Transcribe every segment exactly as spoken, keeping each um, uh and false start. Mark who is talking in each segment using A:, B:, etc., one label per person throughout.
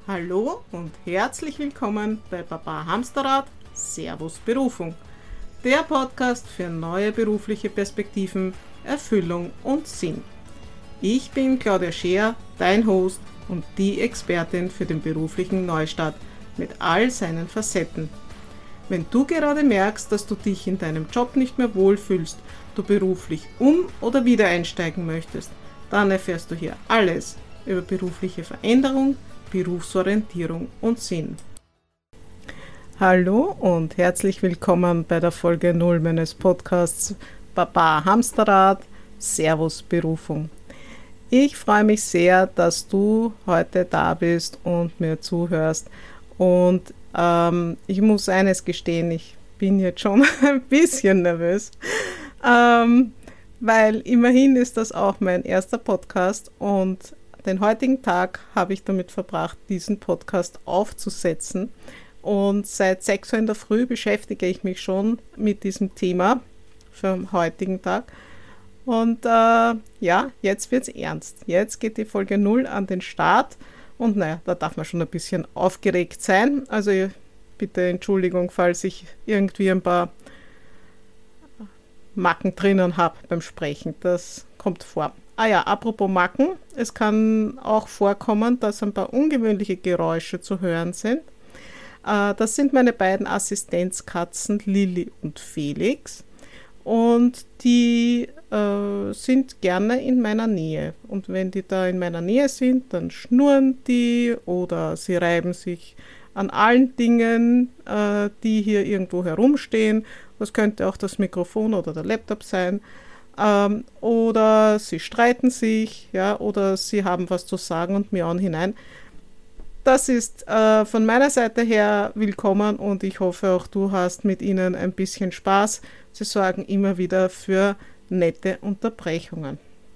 A: Hallo und herzlich willkommen bei Papa Hamsterrad, Servus Berufung, der Podcast für neue berufliche Perspektiven, Erfüllung und Sinn. Ich bin Claudia Scheer, dein Host und die Expertin für den beruflichen Neustart mit all seinen Facetten. Wenn du gerade merkst, dass du dich in deinem Job nicht mehr wohlfühlst, du beruflich um- oder wieder einsteigen möchtest, dann erfährst du hier alles über berufliche Veränderung, Berufsorientierung und Sinn. Hallo und herzlich willkommen bei der Folge null meines Podcasts Papa Hamsterrad, Servus Berufung. Ich freue mich sehr, dass du heute da bist und mir zuhörst. Und ähm, ich muss eines gestehen, ich bin jetzt schon ein bisschen nervös, ähm, weil immerhin ist das auch mein erster Podcast und den heutigen Tag habe ich damit verbracht, diesen Podcast aufzusetzen. Und seit sechs Uhr in der Früh beschäftige ich mich schon mit diesem Thema für den heutigen Tag. Und äh, ja, jetzt wird es ernst. Jetzt geht die Folge null an den Start. Und naja, da darf man schon ein bisschen aufgeregt sein. Also bitte Entschuldigung, falls ich irgendwie ein paar Macken drinnen habe beim Sprechen. Das kommt vor. Ah ja, apropos Macken, es kann auch vorkommen, dass ein paar ungewöhnliche Geräusche zu hören sind. Äh, das sind meine beiden Assistenzkatzen Lilly und Felix und die äh, sind gerne in meiner Nähe. Und wenn die da in meiner Nähe sind, dann schnurren die oder sie reiben sich an allen Dingen, äh, die hier irgendwo herumstehen. Das könnte auch das Mikrofon oder der Laptop sein. Ähm, oder sie streiten sich, ja, oder sie haben was zu sagen und miauen hinein. Das ist äh, von meiner Seite her willkommen und ich hoffe auch du hast mit ihnen ein bisschen Spaß. Sie sorgen immer wieder für nette Unterbrechungen.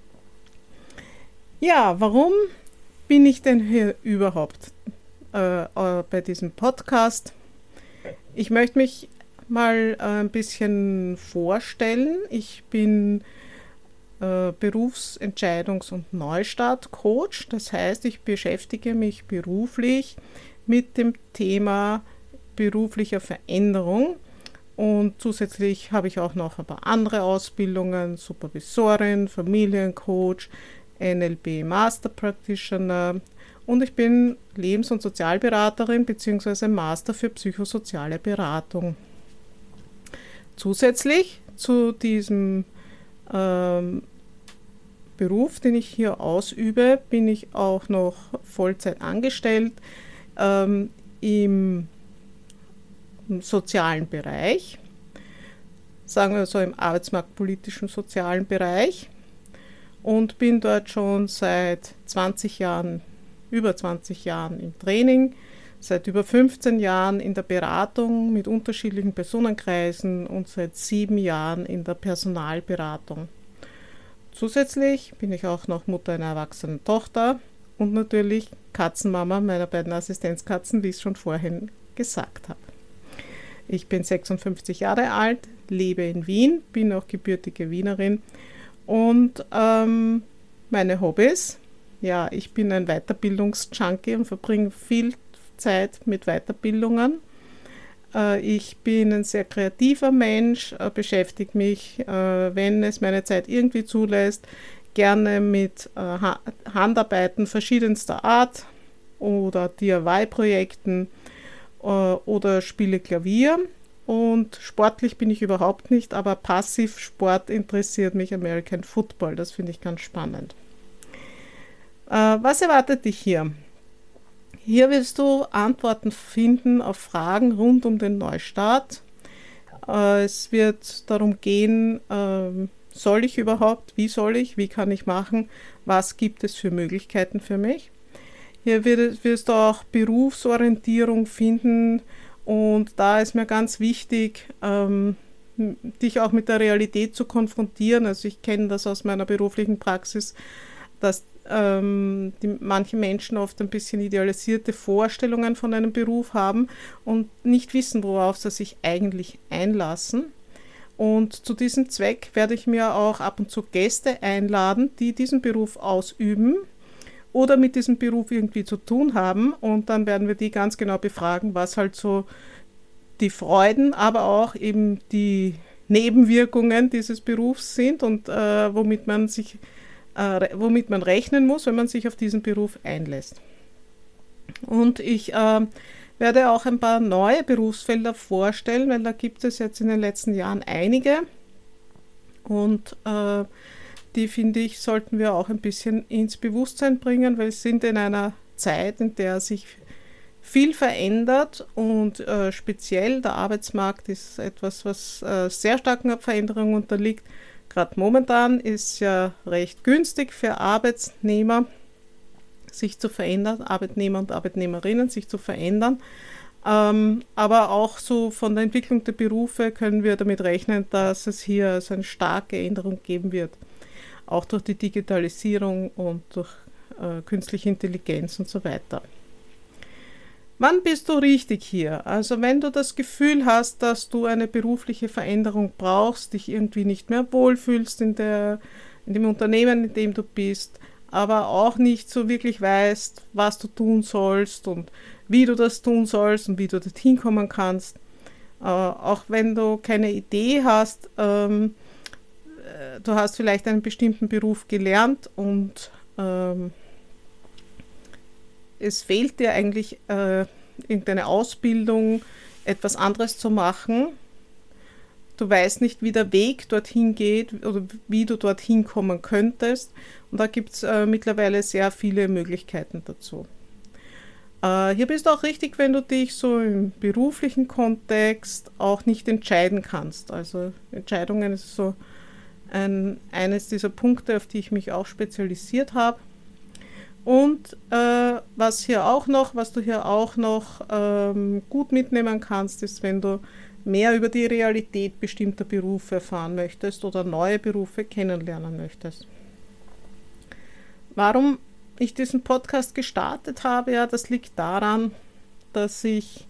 A: Ja, warum bin ich denn hier überhaupt äh, äh, bei diesem Podcast? Ich möchte mich mal äh, ein bisschen vorstellen. Ich bin äh, Berufsentscheidungs- und Neustart-Coach. Das heißt, ich beschäftige mich beruflich mit dem Thema beruflicher Veränderung. Und zusätzlich habe ich auch noch ein paar andere Ausbildungen, Supervisorin, Familiencoach, N L P Master Practitioner und ich bin Lebens- und Sozialberaterin bzw. Master für psychosoziale Beratung. Zusätzlich zu diesem ähm, Beruf, den ich hier ausübe, bin ich auch noch Vollzeit angestellt ähm, im, im sozialen Bereich, sagen wir so im arbeitsmarktpolitischen sozialen Bereich und bin dort schon seit zwanzig Jahren, über zwanzig Jahren im Training, seit über fünfzehn Jahren in der Beratung mit unterschiedlichen Personenkreisen und seit sieben Jahren in der Personalberatung. Zusätzlich bin ich auch noch Mutter einer erwachsenen Tochter und natürlich Katzenmama meiner beiden Assistenzkatzen, wie ich es schon vorhin gesagt habe. Ich bin sechsundfünfzig Jahre alt, lebe in Wien, bin auch gebürtige Wienerin und ähm, meine Hobbys, ja, ich bin ein Weiterbildungsjunkie und verbringe viel Zeit mit Weiterbildungen. Ich bin ein sehr kreativer Mensch, beschäftige mich, wenn es meine Zeit irgendwie zulässt, gerne mit Handarbeiten verschiedenster Art oder D I Y-Projekten oder spiele Klavier. Und sportlich bin ich überhaupt nicht, aber Passivsport interessiert mich American Football, das finde ich ganz spannend. Was erwartet dich hier? Hier wirst du Antworten finden auf Fragen rund um den Neustart. Es wird darum gehen, soll ich überhaupt, wie soll ich, wie kann ich machen, was gibt es für Möglichkeiten für mich. Hier wirst du auch Berufsorientierung finden und da ist mir ganz wichtig, dich auch mit der Realität zu konfrontieren. Also ich kenne das aus meiner beruflichen Praxis, dass Die, manche Menschen oft ein bisschen idealisierte Vorstellungen von einem Beruf haben und nicht wissen, worauf sie sich eigentlich einlassen. Und zu diesem Zweck werde ich mir auch ab und zu Gäste einladen, die diesen Beruf ausüben oder mit diesem Beruf irgendwie zu tun haben. Und dann werden wir die ganz genau befragen, was halt so die Freuden, aber auch eben die Nebenwirkungen dieses Berufs sind und äh, womit man sich, äh, womit man rechnen muss, wenn man sich auf diesen Beruf einlässt. Und ich äh, werde auch ein paar neue Berufsfelder vorstellen, weil da gibt es jetzt in den letzten Jahren einige. Und äh, die, finde ich, sollten wir auch ein bisschen ins Bewusstsein bringen, weil wir sind in einer Zeit, in der sich viel verändert und äh, speziell der Arbeitsmarkt ist etwas, was äh, sehr starken Veränderungen unterliegt. Gerade momentan ist ja recht günstig für Arbeitnehmer, sich zu verändern, Arbeitnehmer und Arbeitnehmerinnen sich zu verändern. Ähm, aber auch so von der Entwicklung der Berufe können wir damit rechnen, dass es hier also eine starke Änderung geben wird. Auch durch die Digitalisierung und durch äh, künstliche Intelligenz und so weiter. Wann bist du richtig hier? Also wenn du das Gefühl hast, dass du eine berufliche Veränderung brauchst, dich irgendwie nicht mehr wohlfühlst in, der, in dem Unternehmen, in dem du bist, aber auch nicht so wirklich weißt, was du tun sollst und wie du das tun sollst und wie du dorthin kommen kannst. Äh, auch wenn du keine Idee hast, ähm, äh, du hast vielleicht einen bestimmten Beruf gelernt und ähm, es fehlt dir eigentlich äh, irgendeine Ausbildung, etwas anderes zu machen. Du weißt nicht, wie der Weg dorthin geht oder wie du dorthin kommen könntest. Und da gibt es äh, mittlerweile sehr viele Möglichkeiten dazu. Äh, hier bist du auch richtig, wenn du dich so im beruflichen Kontext auch nicht entscheiden kannst. Also Entscheidungen ist so ein, eines dieser Punkte, auf die ich mich auch spezialisiert habe. Und äh, was hier auch noch, was du hier auch noch ähm, gut mitnehmen kannst, ist, wenn du mehr über die Realität bestimmter Berufe erfahren möchtest oder neue Berufe kennenlernen möchtest. Warum ich diesen Podcast gestartet habe, ja, das liegt daran, dass ich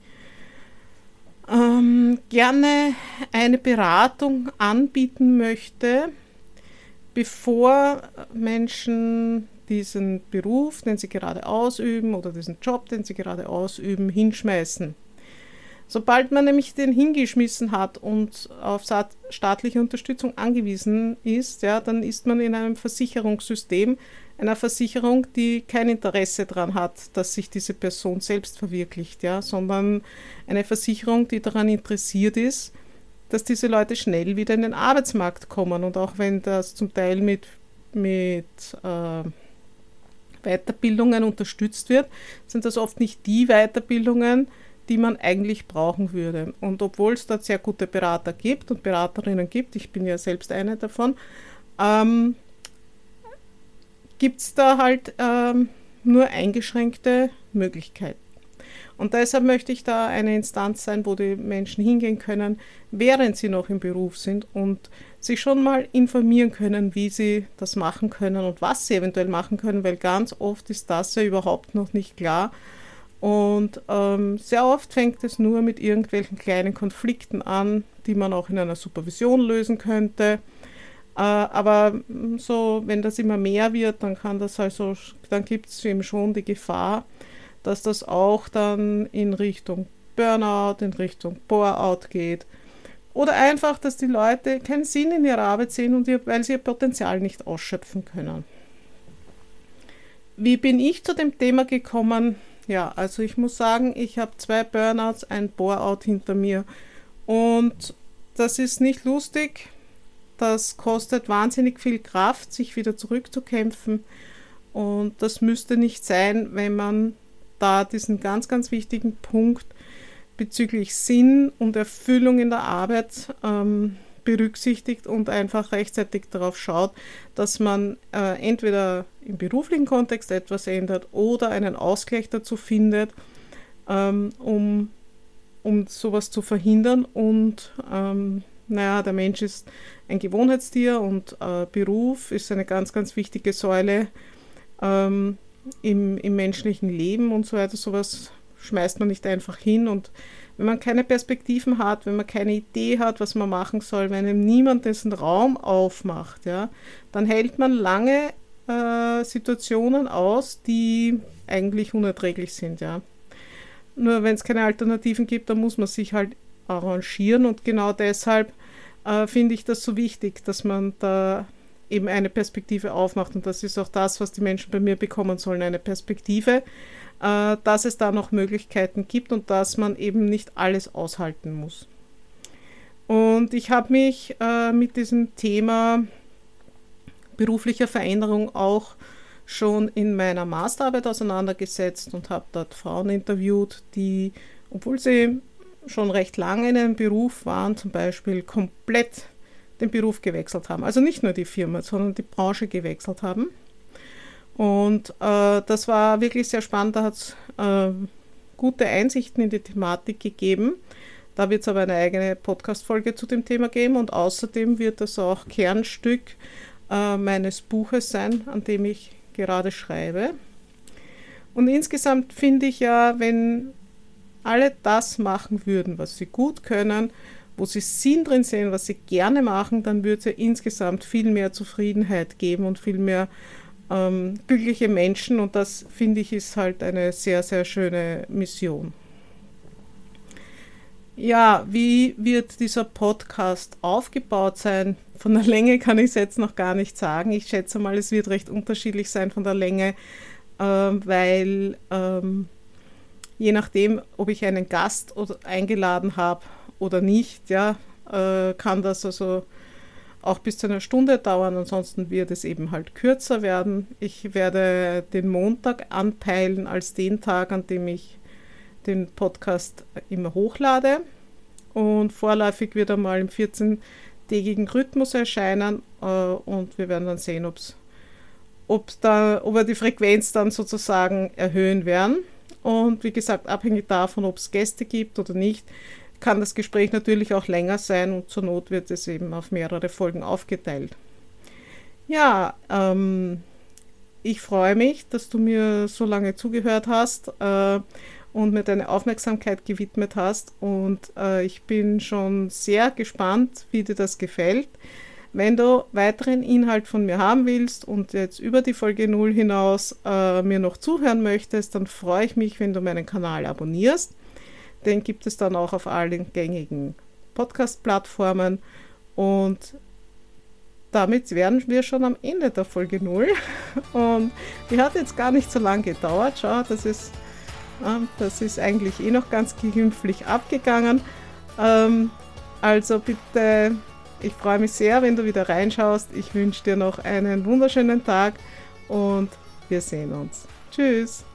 A: ähm, gerne eine Beratung anbieten möchte, bevor Menschen diesen Beruf, den sie gerade ausüben, oder diesen Job, den sie gerade ausüben, hinschmeißen. Sobald man nämlich den hingeschmissen hat und auf staatliche Unterstützung angewiesen ist, ja, dann ist man in einem Versicherungssystem, einer Versicherung, die kein Interesse daran hat, dass sich diese Person selbst verwirklicht, ja, sondern eine Versicherung, die daran interessiert ist, dass diese Leute schnell wieder in den Arbeitsmarkt kommen. Und auch wenn das zum Teil mit, mit äh, Weiterbildungen unterstützt wird, sind das oft nicht die Weiterbildungen, die man eigentlich brauchen würde. Und obwohl es dort sehr gute Berater gibt und Beraterinnen gibt, ich bin ja selbst eine davon, ähm, gibt es da halt ähm, nur eingeschränkte Möglichkeiten. Und deshalb möchte ich da eine Instanz sein, wo die Menschen hingehen können, während sie noch im Beruf sind und sich schon mal informieren können, wie sie das machen können und was sie eventuell machen können, weil ganz oft ist das ja überhaupt noch nicht klar. Und ähm, sehr oft fängt es nur mit irgendwelchen kleinen Konflikten an, die man auch in einer Supervision lösen könnte. Äh, aber so, wenn das immer mehr wird, dann kann das also, dann gibt es eben schon die Gefahr, dass das auch dann in Richtung Burnout, in Richtung Bore-out geht. Oder einfach, dass die Leute keinen Sinn in ihrer Arbeit sehen, und ihr, weil sie ihr Potenzial nicht ausschöpfen können. Wie bin ich zu dem Thema gekommen? Ja, also ich muss sagen, ich habe zwei Burnouts, ein Bore-out hinter mir. Und das ist nicht lustig. Das kostet wahnsinnig viel Kraft, sich wieder zurückzukämpfen. Und das müsste nicht sein, wenn man da diesen ganz, ganz wichtigen Punkt bezüglich Sinn und Erfüllung in der Arbeit ähm, berücksichtigt und einfach rechtzeitig darauf schaut, dass man äh, entweder im beruflichen Kontext etwas ändert oder einen Ausgleich dazu findet, ähm, um, um sowas zu verhindern. Und ähm, naja, der Mensch ist ein Gewohnheitstier und äh, Beruf ist eine ganz, ganz wichtige Säule ähm, im, im menschlichen Leben und so weiter. Sowas schmeißt man nicht einfach hin, und wenn man keine Perspektiven hat, wenn man keine Idee hat, was man machen soll, wenn einem niemand dessen Raum aufmacht, ja, dann hält man lange äh, Situationen aus, die eigentlich unerträglich sind, ja. Nur wenn es keine Alternativen gibt, dann muss man sich halt arrangieren und genau deshalb äh, finde ich das so wichtig, dass man da eben eine Perspektive aufmacht und das ist auch das, was die Menschen bei mir bekommen sollen, eine Perspektive, äh, dass es da noch Möglichkeiten gibt und dass man eben nicht alles aushalten muss. Und ich habe mich äh, mit diesem Thema beruflicher Veränderung auch schon in meiner Masterarbeit auseinandergesetzt und habe dort Frauen interviewt, die, obwohl sie schon recht lange in einem Beruf waren, zum Beispiel komplett den Beruf gewechselt haben. Also nicht nur die Firma, sondern die Branche gewechselt haben. Und äh, das war wirklich sehr spannend. Da hat es äh, gute Einsichten in die Thematik gegeben. Da wird es aber eine eigene Podcast-Folge zu dem Thema geben und außerdem wird das auch Kernstück äh, meines Buches sein, an dem ich gerade schreibe. Und insgesamt finde ich ja, wenn alle das machen würden, was sie gut können, wo sie Sinn drin sehen, was sie gerne machen, dann würde es ja insgesamt viel mehr Zufriedenheit geben und viel mehr ähm, glückliche Menschen und das finde ich ist halt eine sehr, sehr schöne Mission. Ja, wie wird dieser Podcast aufgebaut sein? Von der Länge kann ich es jetzt noch gar nicht sagen. Ich schätze mal, es wird recht unterschiedlich sein von der Länge, äh, weil ähm, je nachdem, ob ich einen Gast oder eingeladen habe oder nicht, ja, äh, kann das also auch bis zu einer Stunde dauern. Ansonsten wird es eben halt kürzer werden. Ich werde den Montag anpeilen als den Tag, an dem ich den Podcast immer hochlade und vorläufig wird er mal im vierzehntägigen Rhythmus erscheinen äh, und wir werden dann sehen, ob's, ob's da, ob wir die Frequenz dann sozusagen erhöhen werden und wie gesagt, abhängig davon, ob es Gäste gibt oder nicht, kann das Gespräch natürlich auch länger sein und zur Not wird es eben auf mehrere Folgen aufgeteilt. Ja, ähm, ich freue mich, dass du mir so lange zugehört hast äh, und mir deine Aufmerksamkeit gewidmet hast und äh, ich bin schon sehr gespannt, wie dir das gefällt. Wenn du weiteren Inhalt von mir haben willst und jetzt über die Folge null hinaus äh, mir noch zuhören möchtest, dann freue ich mich, wenn du meinen Kanal abonnierst. Den gibt es dann auch auf allen gängigen Podcast-Plattformen und damit wären wir schon am Ende der Folge null und die hat jetzt gar nicht so lange gedauert. Schau, das ist Das ist eigentlich eh noch ganz glimpflich abgegangen. Ähm, also bitte, ich freue mich sehr, wenn du wieder reinschaust. Ich wünsche dir noch einen wunderschönen Tag und wir sehen uns. Tschüss!